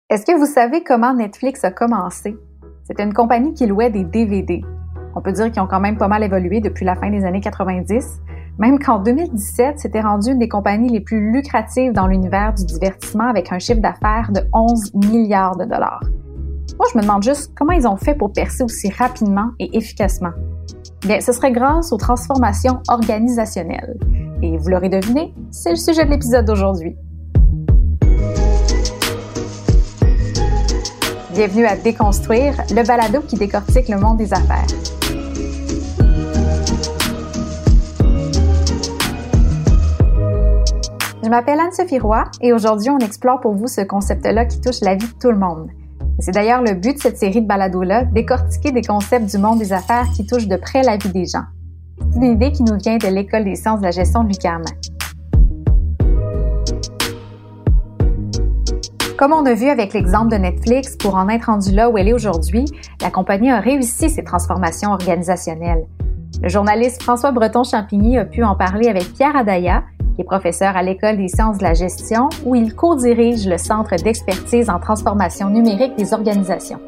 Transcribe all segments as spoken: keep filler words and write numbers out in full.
Est-ce que vous savez comment Netflix a commencé? C'était une compagnie qui louait des D V D. On peut dire qu'ils ont quand même pas mal évolué depuis la fin des années quatre-vingt-dix, même qu'en deux mille dix-sept, c'était rendu une des compagnies les plus lucratives dans l'univers du divertissement avec un chiffre d'affaires de onze milliards de dollars. Moi, je me demande juste comment ils ont fait pour percer aussi rapidement et efficacement. Bien, ce serait grâce aux transformations organisationnelles. Et vous l'aurez deviné, c'est le sujet de l'épisode d'aujourd'hui. Bienvenue à Déconstruire, le balado qui décortique le monde des affaires. Je m'appelle Anne-Sophie Roy et aujourd'hui, on explore pour vous ce concept-là qui touche la vie de tout le monde. C'est d'ailleurs le but de cette série de balados-là, décortiquer des concepts du monde des affaires qui touchent de près la vie des gens. C'est une idée qui nous vient de l'École des sciences de la gestion de l'U Q A M. Comme on a vu avec l'exemple de Netflix, pour en être rendu là où elle est aujourd'hui, la compagnie a réussi ses transformations organisationnelles. Le journaliste François Breton-Champigny a pu en parler avec Pierre Adaya, qui est professeur à l'École des sciences de la gestion, où il co-dirige le Centre d'expertise en transformation numérique des organisations.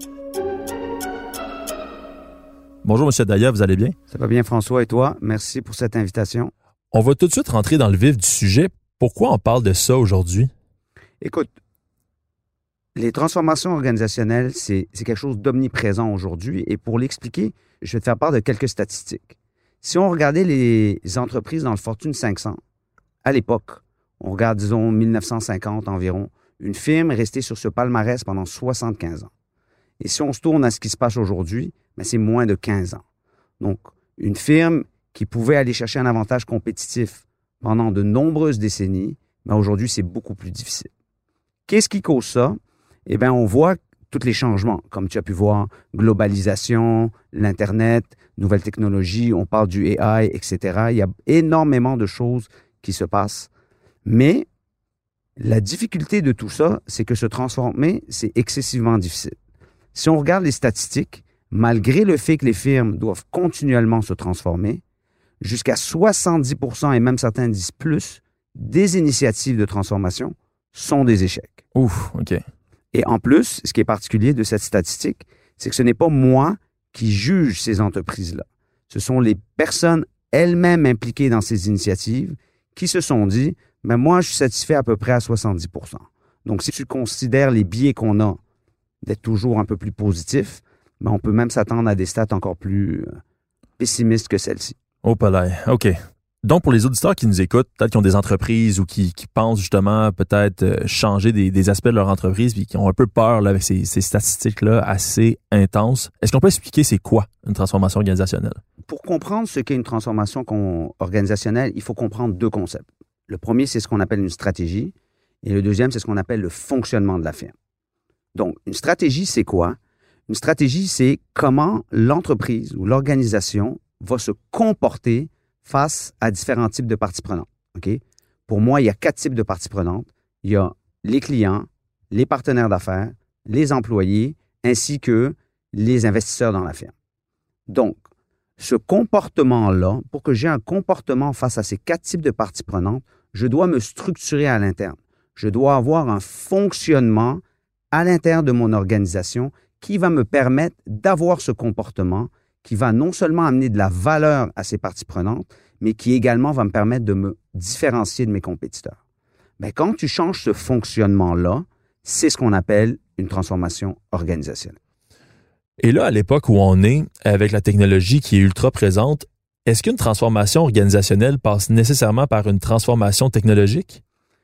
Bonjour, M. Adaya, vous allez bien? Ça va bien, François, et toi? Merci pour cette invitation. On va tout de suite rentrer dans le vif du sujet. Pourquoi on parle de ça aujourd'hui? Écoute, les transformations organisationnelles, c'est, c'est quelque chose d'omniprésent aujourd'hui. Et pour l'expliquer, je vais te faire part de quelques statistiques. Si on regardait les entreprises dans le Fortune cinq cents, à l'époque, on regarde, disons, mille neuf cent cinquante environ, une firme est restée sur ce palmarès pendant soixante-quinze ans. Et si on se tourne à ce qui se passe aujourd'hui, bien, c'est moins de quinze ans. Donc, une firme qui pouvait aller chercher un avantage compétitif pendant de nombreuses décennies, bien, aujourd'hui, c'est beaucoup plus difficile. Qu'est-ce qui cause ça? Eh bien, on voit tous les changements, comme tu as pu voir, globalisation, l'Internet, nouvelles technologies, on parle du A I, et cetera. Il y a énormément de choses qui se passent. Mais la difficulté de tout ça, c'est que se transformer, c'est excessivement difficile. Si on regarde les statistiques, malgré le fait que les firmes doivent continuellement se transformer, jusqu'à soixante-dix pour cent, et même certains disent plus, des initiatives de transformation sont des échecs. Ouf, OK. Et en plus, ce qui est particulier de cette statistique, c'est que ce n'est pas moi qui juge ces entreprises-là. Ce sont les personnes elles-mêmes impliquées dans ces initiatives qui se sont dit, mais moi, je suis satisfait à peu près à soixante-dix pour cent. Donc, si tu considères les biais qu'on a d'être toujours un peu plus positifs, ben, on peut même s'attendre à des stats encore plus pessimistes que celles-ci. Oh, palais. OK. Donc, pour les auditeurs qui nous écoutent, peut-être qui ont des entreprises ou qui, qui pensent justement peut-être euh, changer des, des aspects de leur entreprise puis qui ont un peu peur là, avec ces, ces statistiques-là assez intenses, est-ce qu'on peut expliquer c'est quoi une transformation organisationnelle? Pour comprendre ce qu'est une transformation organisationnelle, il faut comprendre deux concepts. Le premier, c'est ce qu'on appelle une stratégie et le deuxième, c'est ce qu'on appelle le fonctionnement de la firme. Donc, une stratégie, c'est quoi? Une stratégie, c'est comment l'entreprise ou l'organisation va se comporter face à différents types de parties prenantes. Okay? Pour moi, il y a quatre types de parties prenantes. Il y a les clients, les partenaires d'affaires, les employés, ainsi que les investisseurs dans la firme. Donc, ce comportement-là, pour que j'ai un comportement face à ces quatre types de parties prenantes, je dois me structurer à l'interne. Je dois avoir un fonctionnement à l'intérieur de mon organisation qui va me permettre d'avoir ce comportement qui va non seulement amener de la valeur à ces parties prenantes, mais qui également va me permettre de me différencier de mes compétiteurs. Bien, quand tu changes ce fonctionnement-là, c'est ce qu'on appelle une transformation organisationnelle. Et là, à l'époque où on est, avec la technologie qui est ultra présente, est-ce qu'une transformation organisationnelle passe nécessairement par une transformation technologique?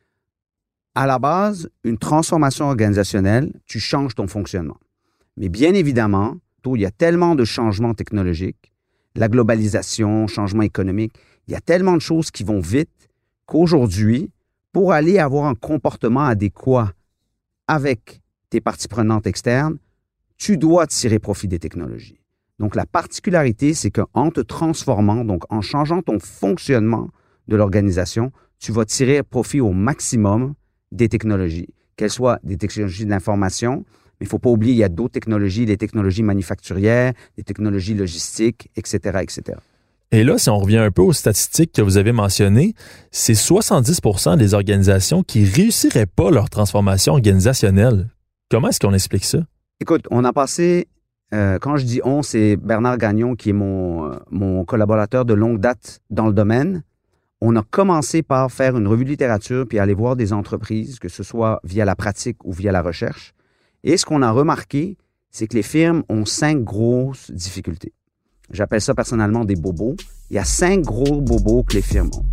À la base, une transformation organisationnelle, tu changes ton fonctionnement. Mais bien évidemment, il y a tellement de changements technologiques, la globalisation, changement économique, il y a tellement de choses qui vont vite qu'aujourd'hui, pour aller avoir un comportement adéquat avec tes parties prenantes externes, tu dois tirer profit des technologies. Donc, la particularité, c'est qu'en te transformant, donc en changeant ton fonctionnement de l'organisation, tu vas tirer profit au maximum des technologies, qu'elles soient des technologies de l'information. Mais il ne faut pas oublier, il y a d'autres technologies, les technologies manufacturières, les technologies logistiques, et cetera, et cetera. Et là, si on revient un peu aux statistiques que vous avez mentionnées, c'est soixante-dix pour cent des organisations qui ne réussiraient pas leur transformation organisationnelle. Comment est-ce qu'on explique ça? Écoute, on a passé, euh, quand je dis on, c'est Bernard Gagnon qui est mon, euh, mon collaborateur de longue date dans le domaine. On a commencé par faire une revue de littérature puis aller voir des entreprises, que ce soit via la pratique ou via la recherche. Et ce qu'on a remarqué, c'est que les firmes ont cinq grosses difficultés. J'appelle ça personnellement des bobos. Il y a cinq gros bobos que les firmes ont.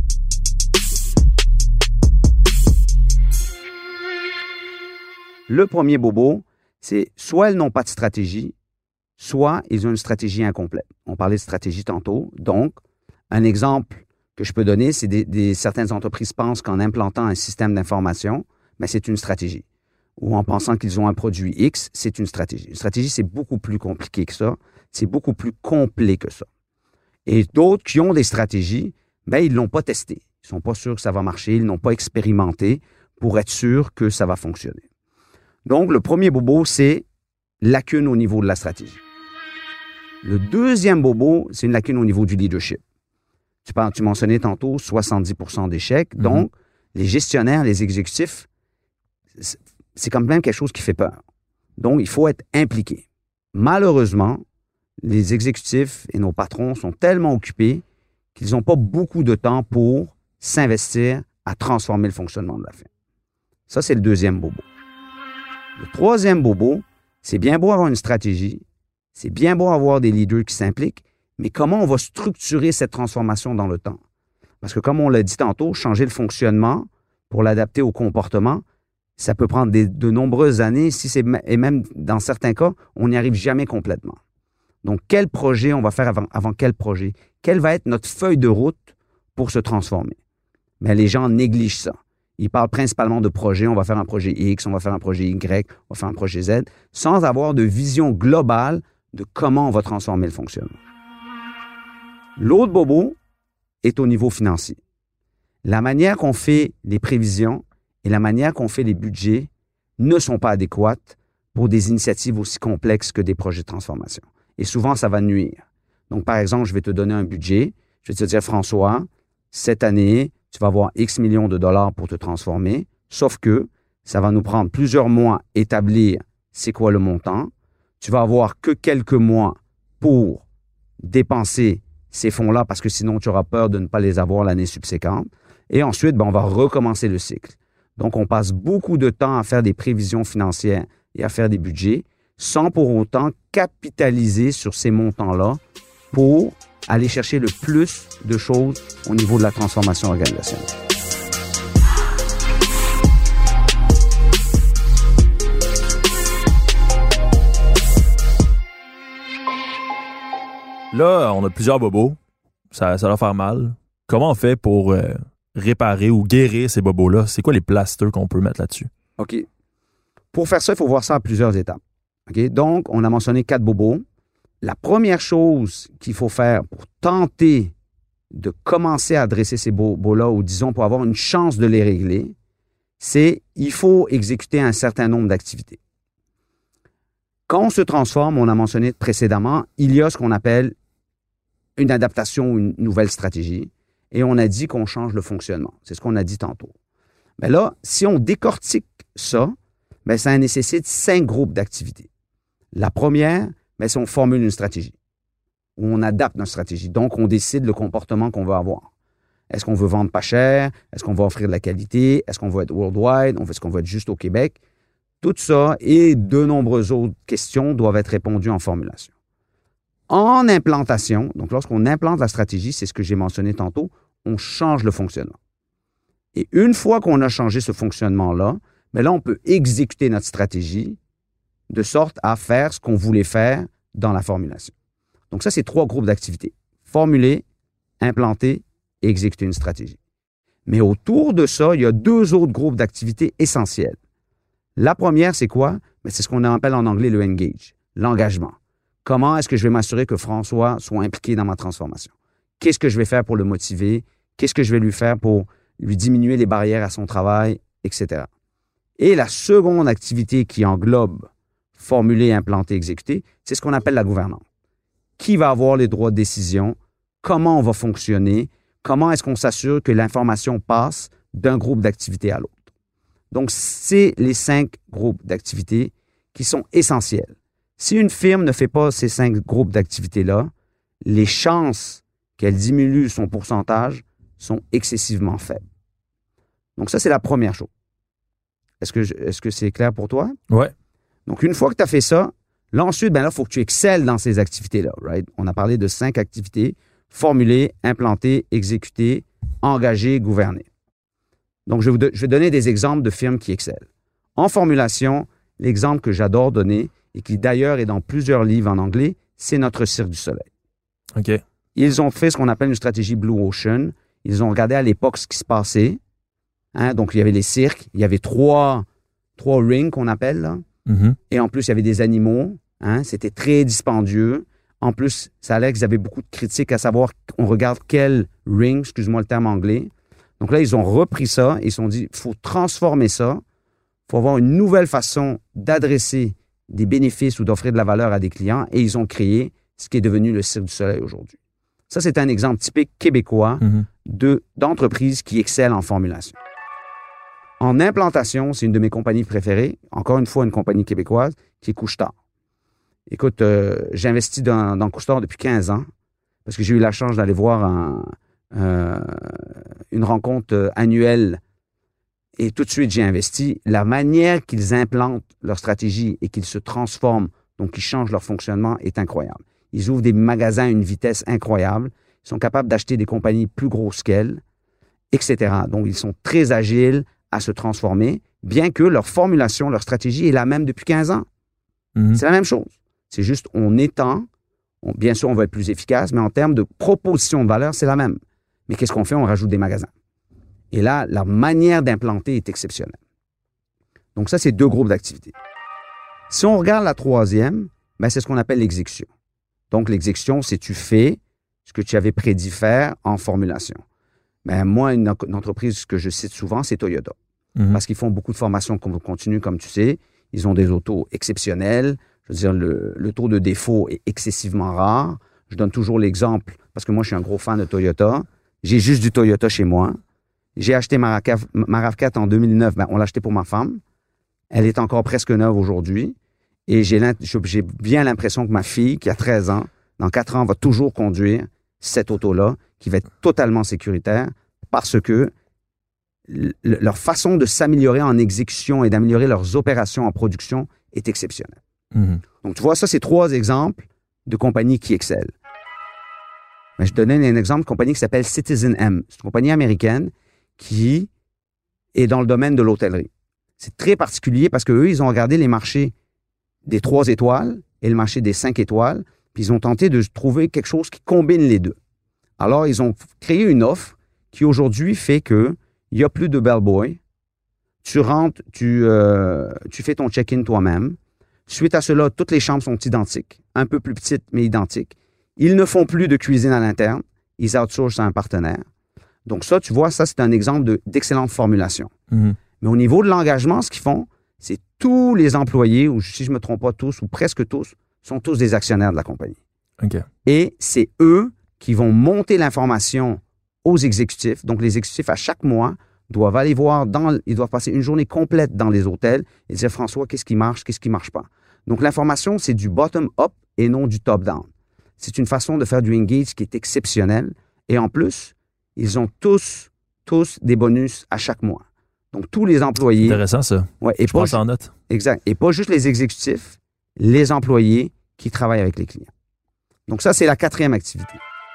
Le premier bobo, c'est soit elles n'ont pas de stratégie, soit ils ont une stratégie incomplète. On parlait de stratégie tantôt. Donc, un exemple que je peux donner, c'est des, des certaines entreprises pensent qu'en implantant un système d'information, ben c'est une stratégie. Ou en pensant qu'ils ont un produit X, c'est une stratégie. Une stratégie, c'est beaucoup plus compliqué que ça. C'est beaucoup plus complet que ça. Et d'autres qui ont des stratégies, ben ils ne l'ont pas testé. Ils ne sont pas sûrs que ça va marcher. Ils n'ont pas expérimenté pour être sûrs que ça va fonctionner. Donc, le premier bobo, c'est lacune au niveau de la stratégie. Le deuxième bobo, c'est une lacune au niveau du leadership. Tu, parles, tu mentionnais tantôt soixante-dix pour cent d'échecs. Mm-hmm. Donc, les gestionnaires, les exécutifs, c'est quand même quelque chose qui fait peur. Donc, il faut être impliqué. Malheureusement, les exécutifs et nos patrons sont tellement occupés qu'ils n'ont pas beaucoup de temps pour s'investir à transformer le fonctionnement de la firme. Ça, c'est le deuxième bobo. Le troisième bobo, c'est bien beau avoir une stratégie, c'est bien beau avoir des leaders qui s'impliquent, mais comment on va structurer cette transformation dans le temps? Parce que comme on l'a dit tantôt, changer le fonctionnement pour l'adapter au comportement, ça peut prendre des, de nombreuses années, si c'est, et même dans certains cas, on n'y arrive jamais complètement. Donc, quel projet on va faire avant, avant quel projet? Quelle va être notre feuille de route pour se transformer? Mais les gens négligent ça. Ils parlent principalement de projets. On va faire un projet X, on va faire un projet Y, on va faire un projet Z, sans avoir de vision globale de comment on va transformer le fonctionnement. L'autre bobo est au niveau financier. La manière qu'on fait les prévisions et la manière qu'on fait les budgets ne sont pas adéquates pour des initiatives aussi complexes que des projets de transformation. Et souvent, ça va nuire. Donc, par exemple, je vais te donner un budget. Je vais te dire, François, cette année, tu vas avoir X millions de dollars pour te transformer, sauf que ça va nous prendre plusieurs mois établir c'est quoi le montant. Tu vas avoir que quelques mois pour dépenser ces fonds-là parce que sinon, tu auras peur de ne pas les avoir l'année subséquente. Et ensuite, ben, on va recommencer le cycle. Donc, on passe beaucoup de temps à faire des prévisions financières et à faire des budgets sans pour autant capitaliser sur ces montants-là pour aller chercher le plus de choses au niveau de la transformation organisationnelle. Là, on a plusieurs bobos. Ça, ça va faire mal. Comment on fait pour euh, réparer ou guérir ces bobos-là? C'est quoi les plasters qu'on peut mettre là-dessus? OK. Pour faire ça, il faut voir ça à plusieurs étapes. OK? Donc, on a mentionné quatre bobos. La première chose qu'il faut faire pour tenter de commencer à adresser ces bobos-là, ou disons pour avoir une chance de les régler, c'est il faut exécuter un certain nombre d'activités. Quand on se transforme, on a mentionné précédemment, il y a ce qu'on appelle une adaptation ou une nouvelle stratégie, et on a dit qu'on change le fonctionnement. C'est ce qu'on a dit tantôt. Mais là, si on décortique ça, bien, ça nécessite cinq groupes d'activités. La première, mais si on formule une stratégie, où on adapte notre stratégie. Donc, on décide le comportement qu'on veut avoir. Est-ce qu'on veut vendre pas cher? Est-ce qu'on va offrir de la qualité? Est-ce qu'on veut être worldwide? Est-ce qu'on veut être juste au Québec? Tout ça et de nombreuses autres questions doivent être répondues en formulation. En implantation, donc lorsqu'on implante la stratégie, c'est ce que j'ai mentionné tantôt, on change le fonctionnement. Et une fois qu'on a changé ce fonctionnement-là, bien là, on peut exécuter notre stratégie de sorte à faire ce qu'on voulait faire dans la formulation. Donc ça, c'est trois groupes d'activités. Formuler, implanter et exécuter une stratégie. Mais autour de ça, il y a deux autres groupes d'activités essentiels. La première, c'est quoi? Bien, c'est ce qu'on appelle en anglais le engage, l'engagement. Comment est-ce que je vais m'assurer que François soit impliqué dans ma transformation? Qu'est-ce que je vais faire pour le motiver? Qu'est-ce que je vais lui faire pour lui diminuer les barrières à son travail, et cetera. Et la seconde activité qui englobe formuler, implanter, exécuter, c'est ce qu'on appelle la gouvernance. Qui va avoir les droits de décision? Comment on va fonctionner? Comment est-ce qu'on s'assure que l'information passe d'un groupe d'activités à l'autre? Donc, c'est les cinq groupes d'activités qui sont essentiels. Si une firme ne fait pas ces cinq groupes d'activités-là, les chances qu'elle diminue son pourcentage sont excessivement faibles. Donc, ça, c'est la première chose. Est-ce que, je, est-ce que c'est clair pour toi? Oui. Donc, une fois que tu as fait ça, là, ensuite, ben là, il faut que tu excelles dans ces activités-là, right? On a parlé de cinq activités: formuler, implanter, exécuter, engager, gouverner. Donc, je vais, vous do- je vais donner des exemples de firmes qui excellent. En formulation, l'exemple que j'adore donner et qui d'ailleurs est dans plusieurs livres en anglais, c'est notre Cirque du Soleil. OK. Ils ont fait ce qu'on appelle une stratégie Blue Ocean. Ils ont regardé à l'époque ce qui se passait. Hein? Donc, il y avait les cirques. Il y avait trois, trois rings qu'on appelle. Là. Mm-hmm. Et en plus, il y avait des animaux. Hein? C'était très dispendieux. En plus, ça a l'air qu'ils avaient beaucoup de critiques à savoir on regarde quel ring, excuse-moi le terme anglais. Donc là, ils ont repris ça et ils se sont dit il faut transformer ça. Il faut avoir une nouvelle façon d'adresser des bénéfices ou d'offrir de la valeur à des clients. Et ils ont créé ce qui est devenu le Cirque du Soleil aujourd'hui. Ça, c'est un exemple typique québécois Mm-hmm. de, d'entreprises qui excellent en formulation. En implantation, c'est une de mes compagnies préférées. Encore une fois, une compagnie québécoise qui est Couche-Tard. Écoute, euh, j'ai investi dans, dans Couche-Tard depuis quinze ans parce que j'ai eu la chance d'aller voir un, euh, une rencontre annuelle et tout de suite, j'ai investi. La manière qu'ils implantent leur stratégie et qu'ils se transforment, donc qu'ils changent leur fonctionnement, est incroyable. Ils ouvrent des magasins à une vitesse incroyable. Ils sont capables d'acheter des compagnies plus grosses qu'elles, et cetera. Donc, ils sont très agiles à se transformer, bien que leur formulation, leur stratégie est la même depuis quinze ans. Mm-hmm. C'est la même chose. C'est juste, on étend, on, bien sûr, on va être plus efficace, mais en termes de proposition de valeur, c'est la même. Mais qu'est-ce qu'on fait? On rajoute des magasins. Et là, la manière d'implanter est exceptionnelle. Donc ça, c'est deux groupes d'activités. Si on regarde la troisième, ben, c'est ce qu'on appelle l'exécution. Donc, l'exécution, c'est tu fais ce que tu avais prédit faire en formulation. Ben, moi, une, une entreprise que je cite souvent, c'est Toyota. Mm-hmm. Parce qu'ils font beaucoup de formations continue, comme tu sais. Ils ont des autos exceptionnelles. Je veux dire, le, le taux de défaut est excessivement rare. Je donne toujours l'exemple, parce que moi, je suis un gros fan de Toyota. J'ai juste du Toyota chez moi. J'ai acheté ma RAV quatre en deux mille neuf. Ben, on l'a acheté pour ma femme. Elle est encore presque neuve aujourd'hui. Et j'ai, j'ai bien l'impression que ma fille, qui a treize ans, dans quatre ans, va toujours conduire cette auto-là, qui va être totalement sécuritaire, parce que le, leur façon de s'améliorer en exécution et d'améliorer leurs opérations en production est exceptionnelle. Mm-hmm. Donc, tu vois, ça, c'est trois exemples de compagnies qui excellent. Mais je donnais un exemple de compagnie qui s'appelle Citizen M. C'est une compagnie américaine qui est dans le domaine de l'hôtellerie. C'est très particulier parce qu'eux, ils ont regardé les marchés des trois étoiles et le marché des cinq étoiles, puis ils ont tenté de trouver quelque chose qui combine les deux. Alors, ils ont créé une offre qui aujourd'hui fait qu'il n'y a plus de bellboy. Tu rentres, tu, euh, tu fais ton check-in toi-même. Suite à cela, toutes les chambres sont identiques, un peu plus petites, mais identiques. Ils ne font plus de cuisine à l'interne. Ils outsourcent à un partenaire. Donc ça, tu vois, ça, c'est un exemple de, d'excellente formulation. Mm-hmm. Mais au niveau de l'engagement, ce qu'ils font, c'est tous les employés, ou si je ne me trompe pas tous, ou presque tous, sont tous des actionnaires de la compagnie. Okay. Et c'est eux qui vont monter l'information aux exécutifs. Donc, les exécutifs, à chaque mois, doivent aller voir, dans, ils doivent passer une journée complète dans les hôtels et dire, François, qu'est-ce qui marche, qu'est-ce qui ne marche pas. Donc, l'information, c'est du bottom-up et non du top-down. C'est une façon de faire du engage qui est exceptionnelle. Et en plus, ils ont tous, tous des bonus à chaque mois. Donc, tous les employés... Intéressant, ça. Ouais, et je pas pense en note. Exact. Et pas juste les exécutifs, les employés qui travaillent avec les clients. Donc, ça, c'est la quatrième activité.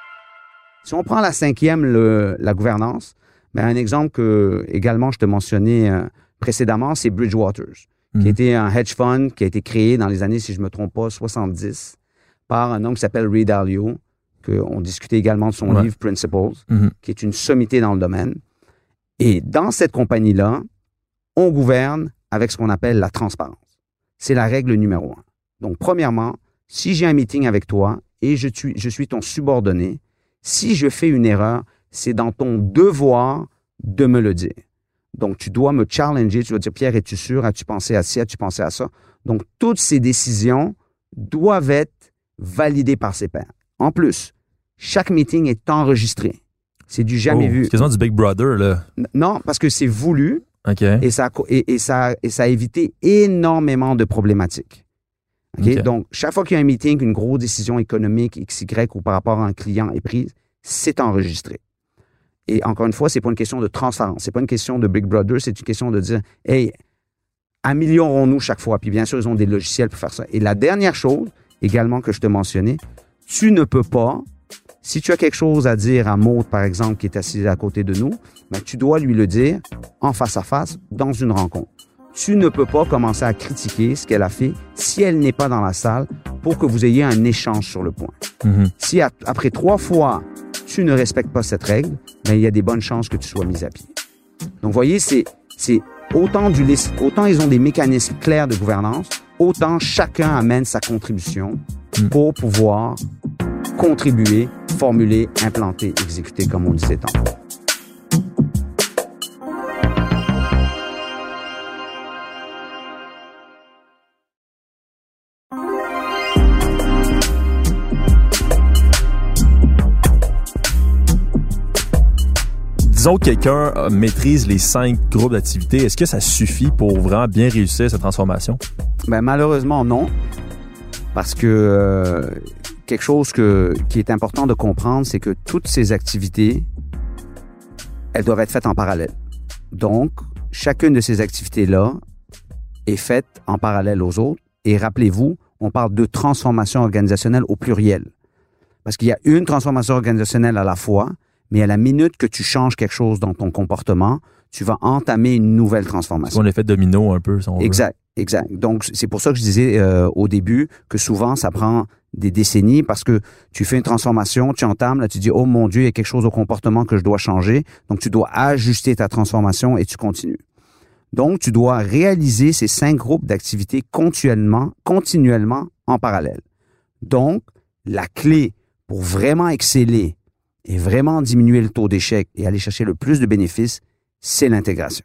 Si on prend la cinquième, le, la gouvernance, ben, un exemple que, également, je te mentionnais euh, précédemment, c'est Bridgewater, mmh. qui était un hedge fund qui a été créé dans les années, si je ne me trompe pas, soixante-dix, par un homme qui s'appelle Ray Dalio, qu'on discutait également de son ouais. livre Principles, mmh. qui est une sommité dans le domaine. Et dans cette compagnie-là, on gouverne avec ce qu'on appelle la transparence. C'est la règle numéro un. Donc, premièrement, si j'ai un meeting avec toi et je suis, je suis ton subordonné, si je fais une erreur, c'est dans ton devoir de me le dire. Donc, tu dois me challenger, tu dois dire, Pierre, es-tu sûr? As-tu pensé à ci? As-tu pensé à ça? Donc, toutes ces décisions doivent être validées par ses pairs. En plus, chaque meeting est enregistré. C'est du jamais oh, vu. C'est quasiment du Big Brother, là. Non, parce que c'est voulu. OK. Et ça, et, et, ça, et ça a évité énormément de problématiques. Okay? OK. Donc, chaque fois qu'il y a un meeting, une grosse décision économique, X Y, ou par rapport à un client est prise, c'est enregistré. Et encore une fois, c'est pas une question de transparence. C'est pas une question de Big Brother, c'est une question de dire, hey, améliorons-nous chaque fois. Puis bien sûr, ils ont des logiciels pour faire ça. Et la dernière chose, également, que je te mentionnais, tu ne peux pas, si tu as quelque chose à dire à Maud, par exemple, qui est assise à côté de nous, ben, tu dois lui le dire en face à face dans une rencontre. Tu ne peux pas commencer à critiquer ce qu'elle a fait si elle n'est pas dans la salle pour que vous ayez un échange sur le point. Mm-hmm. Si à, après trois fois, tu ne respectes pas cette règle, ben, il y a des bonnes chances que tu sois mis à pied. Donc, vous voyez, c'est, c'est autant, du, autant ils ont des mécanismes clairs de gouvernance, autant chacun amène sa contribution mm. pour pouvoir contribuer, formuler, implanter, exécuter, comme on disait tantôt. Disons que quelqu'un maîtrise les cinq groupes d'activités. Est-ce que ça suffit pour vraiment bien réussir cette transformation? Ben, malheureusement, non. Parce que euh, quelque chose que, qui est important de comprendre, c'est que toutes ces activités, elles doivent être faites en parallèle. Donc, chacune de ces activités-là est faite en parallèle aux autres. Et rappelez-vous, on parle de transformation organisationnelle au pluriel. Parce qu'il y a une transformation organisationnelle à la fois, mais à la minute que tu changes quelque chose dans ton comportement, tu vas entamer une nouvelle transformation. C'est un effet domino un peu, si on veut. Exact, exact. Donc, c'est pour ça que je disais euh, au début que souvent, ça prend des décennies parce que tu fais une transformation, tu entames, là, tu dis, oh mon Dieu, il y a quelque chose au comportement que je dois changer. Donc, tu dois ajuster ta transformation et tu continues. Donc, tu dois réaliser ces cinq groupes d'activités continuellement, continuellement en parallèle. Donc, la clé pour vraiment exceller et vraiment diminuer le taux d'échec et aller chercher le plus de bénéfices, c'est l'intégration.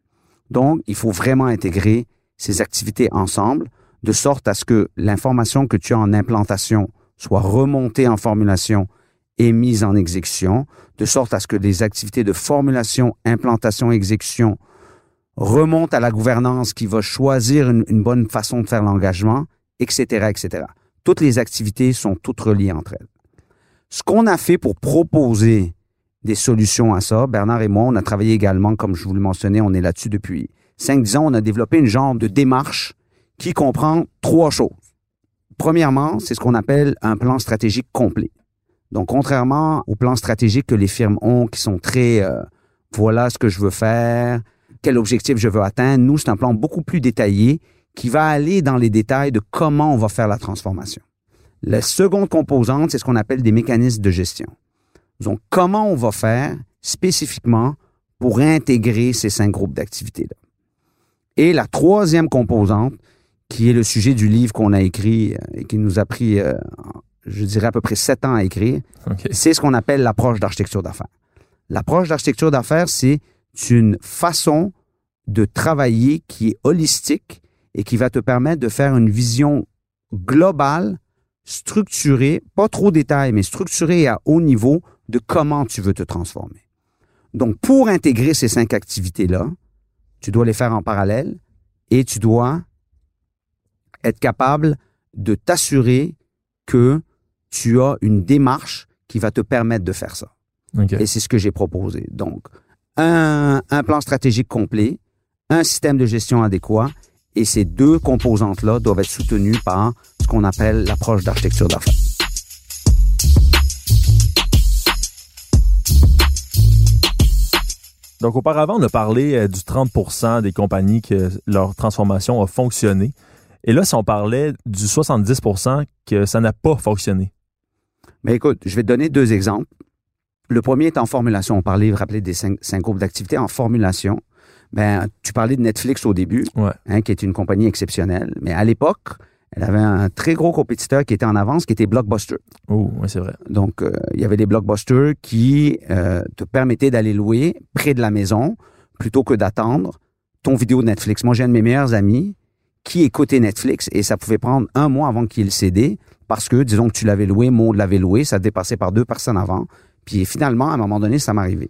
Donc, il faut vraiment intégrer ces activités ensemble, de sorte à ce que l'information que tu as en implantation soit remontée en formulation et mise en exécution, de sorte à ce que les activités de formulation, implantation, exécution remontent à la gouvernance qui va choisir une, une bonne façon de faire l'engagement, et cetera, et cetera. Toutes les activités sont toutes reliées entre elles. Ce qu'on a fait pour proposer des solutions à ça, Bernard et moi, on a travaillé également, comme je vous le mentionnais, on est là-dessus depuis cinq dix ans, on a développé une genre de démarche qui comprend trois choses. Premièrement, c'est ce qu'on appelle un plan stratégique complet. Donc, contrairement aux plans stratégiques que les firmes ont, qui sont très euh, « voilà ce que je veux faire, quel objectif je veux atteindre », nous, c'est un plan beaucoup plus détaillé qui va aller dans les détails de comment on va faire la transformation. La seconde composante, c'est ce qu'on appelle des mécanismes de gestion. Donc, comment on va faire spécifiquement pour intégrer ces cinq groupes d'activités-là. Et la troisième composante, qui est le sujet du livre qu'on a écrit et qui nous a pris, euh, je dirais, à peu près sept ans à écrire, okay. C'est ce qu'on appelle l'approche d'architecture d'affaires. L'approche d'architecture d'affaires, c'est une façon de travailler qui est holistique et qui va te permettre de faire une vision globale, structurée, pas trop détaillée, mais structurée et à haut niveau de comment tu veux te transformer. Donc, pour intégrer ces cinq activités-là, tu dois les faire en parallèle et tu dois être capable de t'assurer que tu as une démarche qui va te permettre de faire ça. Okay. Et c'est ce que j'ai proposé. Donc, un, un plan stratégique complet, un système de gestion adéquat, et ces deux composantes-là doivent être soutenues par ce qu'on appelle l'approche d'architecture d'affaires. Donc, auparavant, on a parlé du trente pour cent des compagnies que leur transformation a fonctionné. Et là, si on parlait du soixante-dix pour cent que ça n'a pas fonctionné. Mais écoute, je vais te donner deux exemples. Le premier est en formulation. On parlait, vous rappelez, des cinq, cinq groupes d'activités en formulation. Ben, tu parlais de Netflix au début, ouais. hein, qui est une compagnie exceptionnelle. Mais à l'époque, elle avait un très gros compétiteur qui était en avance, qui était Blockbuster. Oh, oui, c'est vrai. Donc, euh, il y avait des Blockbusters qui euh, te permettaient d'aller louer près de la maison plutôt que d'attendre ton vidéo de Netflix. Moi, j'ai un de mes meilleurs amis qui écoutait Netflix et ça pouvait prendre un mois avant qu'il cédait parce que, disons que tu l'avais loué, Maud l'avait loué, ça dépassait par deux personnes avant. Puis finalement, à un moment donné, ça m'arrivait.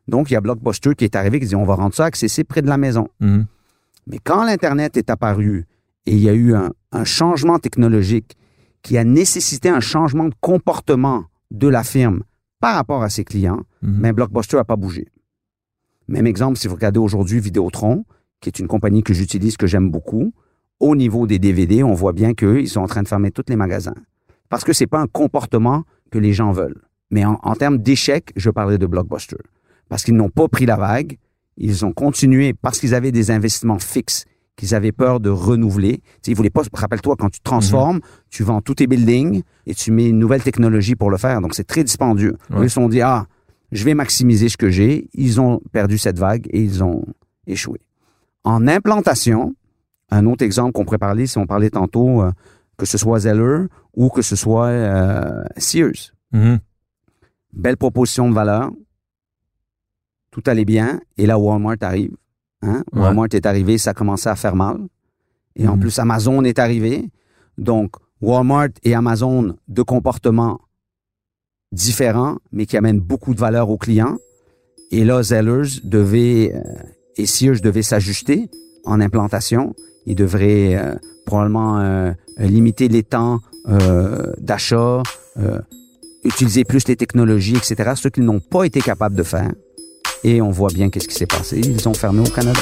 Donc, il y a Blockbuster qui est arrivé, qui dit, on va rendre ça accessible près de la maison. Mm-hmm. Mais quand l'Internet est apparu et il y a eu un, un changement technologique qui a nécessité un changement de comportement de la firme par rapport à ses clients, mm-hmm. mais Blockbuster n'a pas bougé. Même exemple, si vous regardez aujourd'hui Vidéotron, qui est une compagnie que j'utilise, que j'aime beaucoup, au niveau des D V D, on voit bien qu'eux, ils sont en train de fermer tous les magasins. Parce que c'est pas un comportement que les gens veulent. Mais en, en termes d'échec, je parlerai de Blockbuster. Parce qu'ils n'ont pas pris la vague, ils ont continué parce qu'ils avaient des investissements fixes, qu'ils avaient peur de renouveler. Tu sais, ils voulaient pas, rappelle-toi, quand tu transformes, mm-hmm. tu vends tous tes buildings et tu mets une nouvelle technologie pour le faire. Donc, c'est très dispendieux. Ouais. Eux, ils se sont dit, ah, je vais maximiser ce que j'ai. Ils ont perdu cette vague et ils ont échoué. En implantation, un autre exemple qu'on pourrait parler, si on parlait tantôt, euh, que ce soit Zeller ou que ce soit euh, Sears. Mm-hmm. Belle proposition de valeur. Tout allait bien. Et là, Walmart arrive. Hein? Ouais. Walmart est arrivé, ça commençait à faire mal. Et mm-hmm. en plus, Amazon est arrivé. Donc, Walmart et Amazon, deux comportements différents, mais qui amènent beaucoup de valeur aux clients. Et là, Zellers devait, euh, et Sears devaient s'ajuster en implantation. Ils devraient euh, probablement euh, limiter les temps euh, d'achat, euh, utiliser plus les technologies, et cetera. Ce qu'ils n'ont pas été capables de faire. Et on voit bien qu'est-ce qui s'est passé. Ils ont fermé au Canada.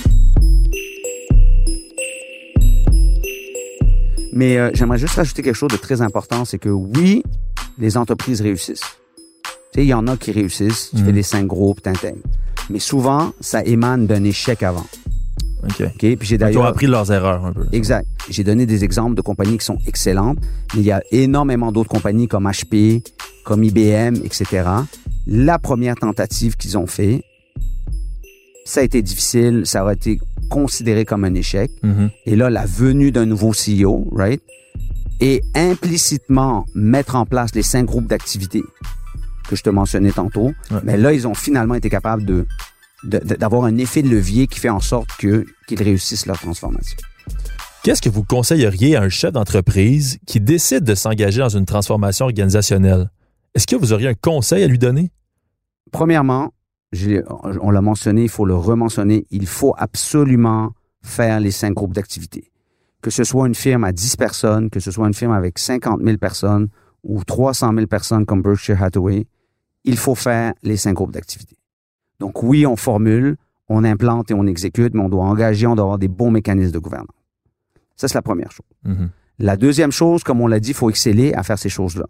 Mais euh, j'aimerais juste rajouter quelque chose de très important, c'est que oui, les entreprises réussissent. Tu sais, il y en a qui réussissent, tu mmh. fais les cinq groupes, t'intègres. Mais souvent, ça émane d'un échec avant. OK. Okay? Puis j'ai d'ailleurs... Ils ont appris leurs erreurs un peu. Exact. J'ai donné des exemples de compagnies qui sont excellentes, mais il y a énormément d'autres compagnies comme H P, comme I B M, et cetera. La première tentative qu'ils ont fait, ça a été difficile, ça aurait été considéré comme un échec. Mm-hmm. Et là, la venue d'un nouveau C E O, right? Et implicitement mettre en place les cinq groupes d'activités que je te mentionnais tantôt. Ouais. Mais là, ils ont finalement été capables de, de, de, d'avoir un effet de levier qui fait en sorte que, qu'ils réussissent leur transformation. Qu'est-ce que vous conseilleriez à un chef d'entreprise qui décide de s'engager dans une transformation organisationnelle? Est-ce que vous auriez un conseil à lui donner? Premièrement, j'ai, on l'a mentionné, il faut le rementionner, il faut absolument faire les cinq groupes d'activités. Que ce soit une firme à dix personnes, que ce soit une firme avec cinquante mille personnes ou trois cent mille personnes comme Berkshire Hathaway, il faut faire les cinq groupes d'activités. Donc oui, on formule, on implante et on exécute, mais on doit engager, on doit avoir des bons mécanismes de gouvernance. Ça, c'est la première chose. Mm-hmm. La deuxième chose, comme on l'a dit, il faut exceller à faire ces choses-là.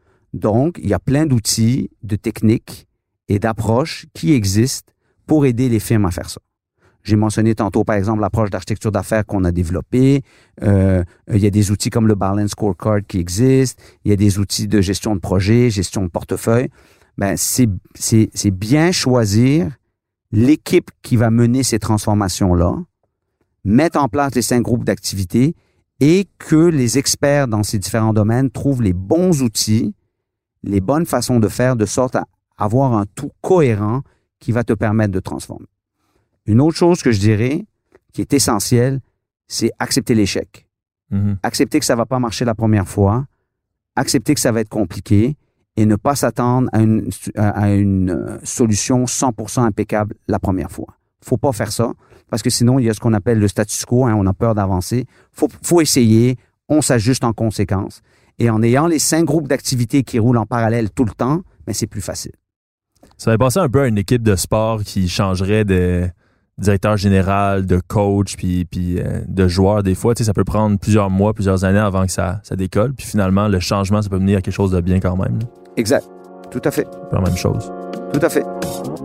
Donc, il y a plein d'outils, de techniques et d'approches qui existent pour aider les firmes à faire ça. J'ai mentionné tantôt, par exemple, l'approche d'architecture d'affaires qu'on a développée. Euh, il y a des outils comme le Balance Scorecard qui existent. Il y a des outils de gestion de projet, gestion de portefeuille. Ben, c'est, c'est, c'est bien choisir l'équipe qui va mener ces transformations-là, mettre en place les cinq groupes d'activités et que les experts dans ces différents domaines trouvent les bons outils, les bonnes façons de faire, de sorte à avoir un tout cohérent qui va te permettre de transformer. Une autre chose que je dirais, qui est essentielle, c'est accepter l'échec. Mm-hmm. Accepter que ça va pas marcher la première fois, accepter que ça va être compliqué et ne pas s'attendre à une, à une solution cent pour cent impeccable la première fois. Faut pas faire ça, parce que sinon, il y a ce qu'on appelle le status quo, hein, on a peur d'avancer. Faut, faut essayer, on s'ajuste en conséquence. Et en ayant les cinq groupes d'activités qui roulent en parallèle tout le temps, ben c'est plus facile. Ça va passer un peu à une équipe de sport qui changerait de directeur général, de coach, puis, puis euh, de joueur des fois. Tu sais, ça peut prendre plusieurs mois, plusieurs années avant que ça, ça décolle. Puis finalement, le changement, ça peut mener à quelque chose de bien quand même. Là. Exact. Tout à fait. C'est la même chose. Tout à fait.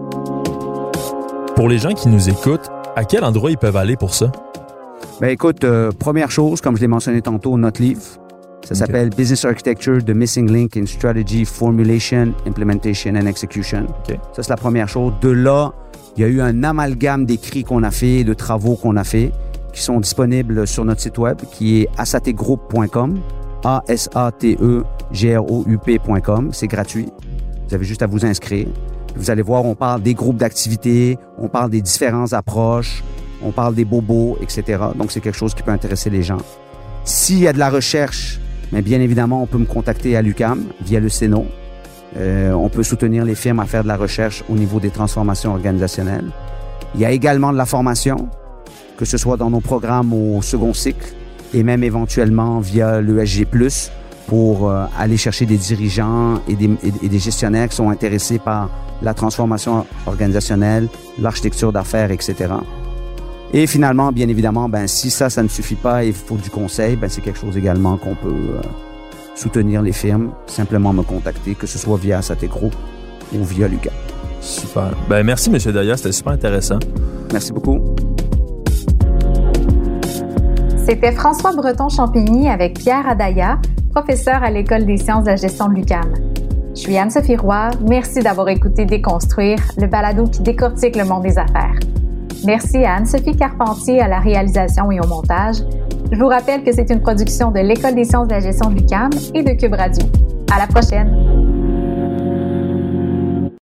Pour les gens qui nous écoutent, à quel endroit ils peuvent aller pour ça? Ben écoute, euh, première chose, comme je l'ai mentionné tantôt, notre livre, ça okay. s'appelle Business Architecture, The Missing Link in Strategy, Formulation, Implementation and Execution. Okay. Ça, c'est la première chose. De là, il y a eu un amalgame d'écrits qu'on a fait, de travaux qu'on a fait, qui sont disponibles sur notre site web, qui est asategroup point com, A S A T E G R O U P point com. C'est gratuit. Vous avez juste à vous inscrire. Vous allez voir, on parle des groupes d'activités, on parle des différentes approches, on parle des bobos, et cetera. Donc, c'est quelque chose qui peut intéresser les gens. S'il y a de la recherche, mais bien évidemment, on peut me contacter à l'U Q A M via le C E N O. Euh, on peut soutenir les firmes à faire de la recherche au niveau des transformations organisationnelles. Il y a également de la formation, que ce soit dans nos programmes au second cycle et même éventuellement via l'E S G plus, pour euh, aller chercher des dirigeants et des, et, et des gestionnaires qui sont intéressés par la transformation organisationnelle, l'architecture d'affaires, et cetera. Et finalement, bien évidemment, ben si ça, ça ne suffit pas et il faut du conseil, ben c'est quelque chose également qu'on peut euh, soutenir les firmes, simplement me contacter, que ce soit via Satecro ou via Lucas. Super. Ben merci, M. Daya, c'était super intéressant. Merci beaucoup. C'était François Breton-Champigny avec Pierre Adaya, professeur à l'École des sciences de la gestion de l'U Q A M. Je suis Anne-Sophie Roy. Merci d'avoir écouté Déconstruire, le balado qui décortique le monde des affaires. Merci à Anne-Sophie Carpentier à la réalisation et au montage. Je vous rappelle que c'est une production de l'École des sciences de la gestion de l'U Q A M et de Cube Radio. À la prochaine!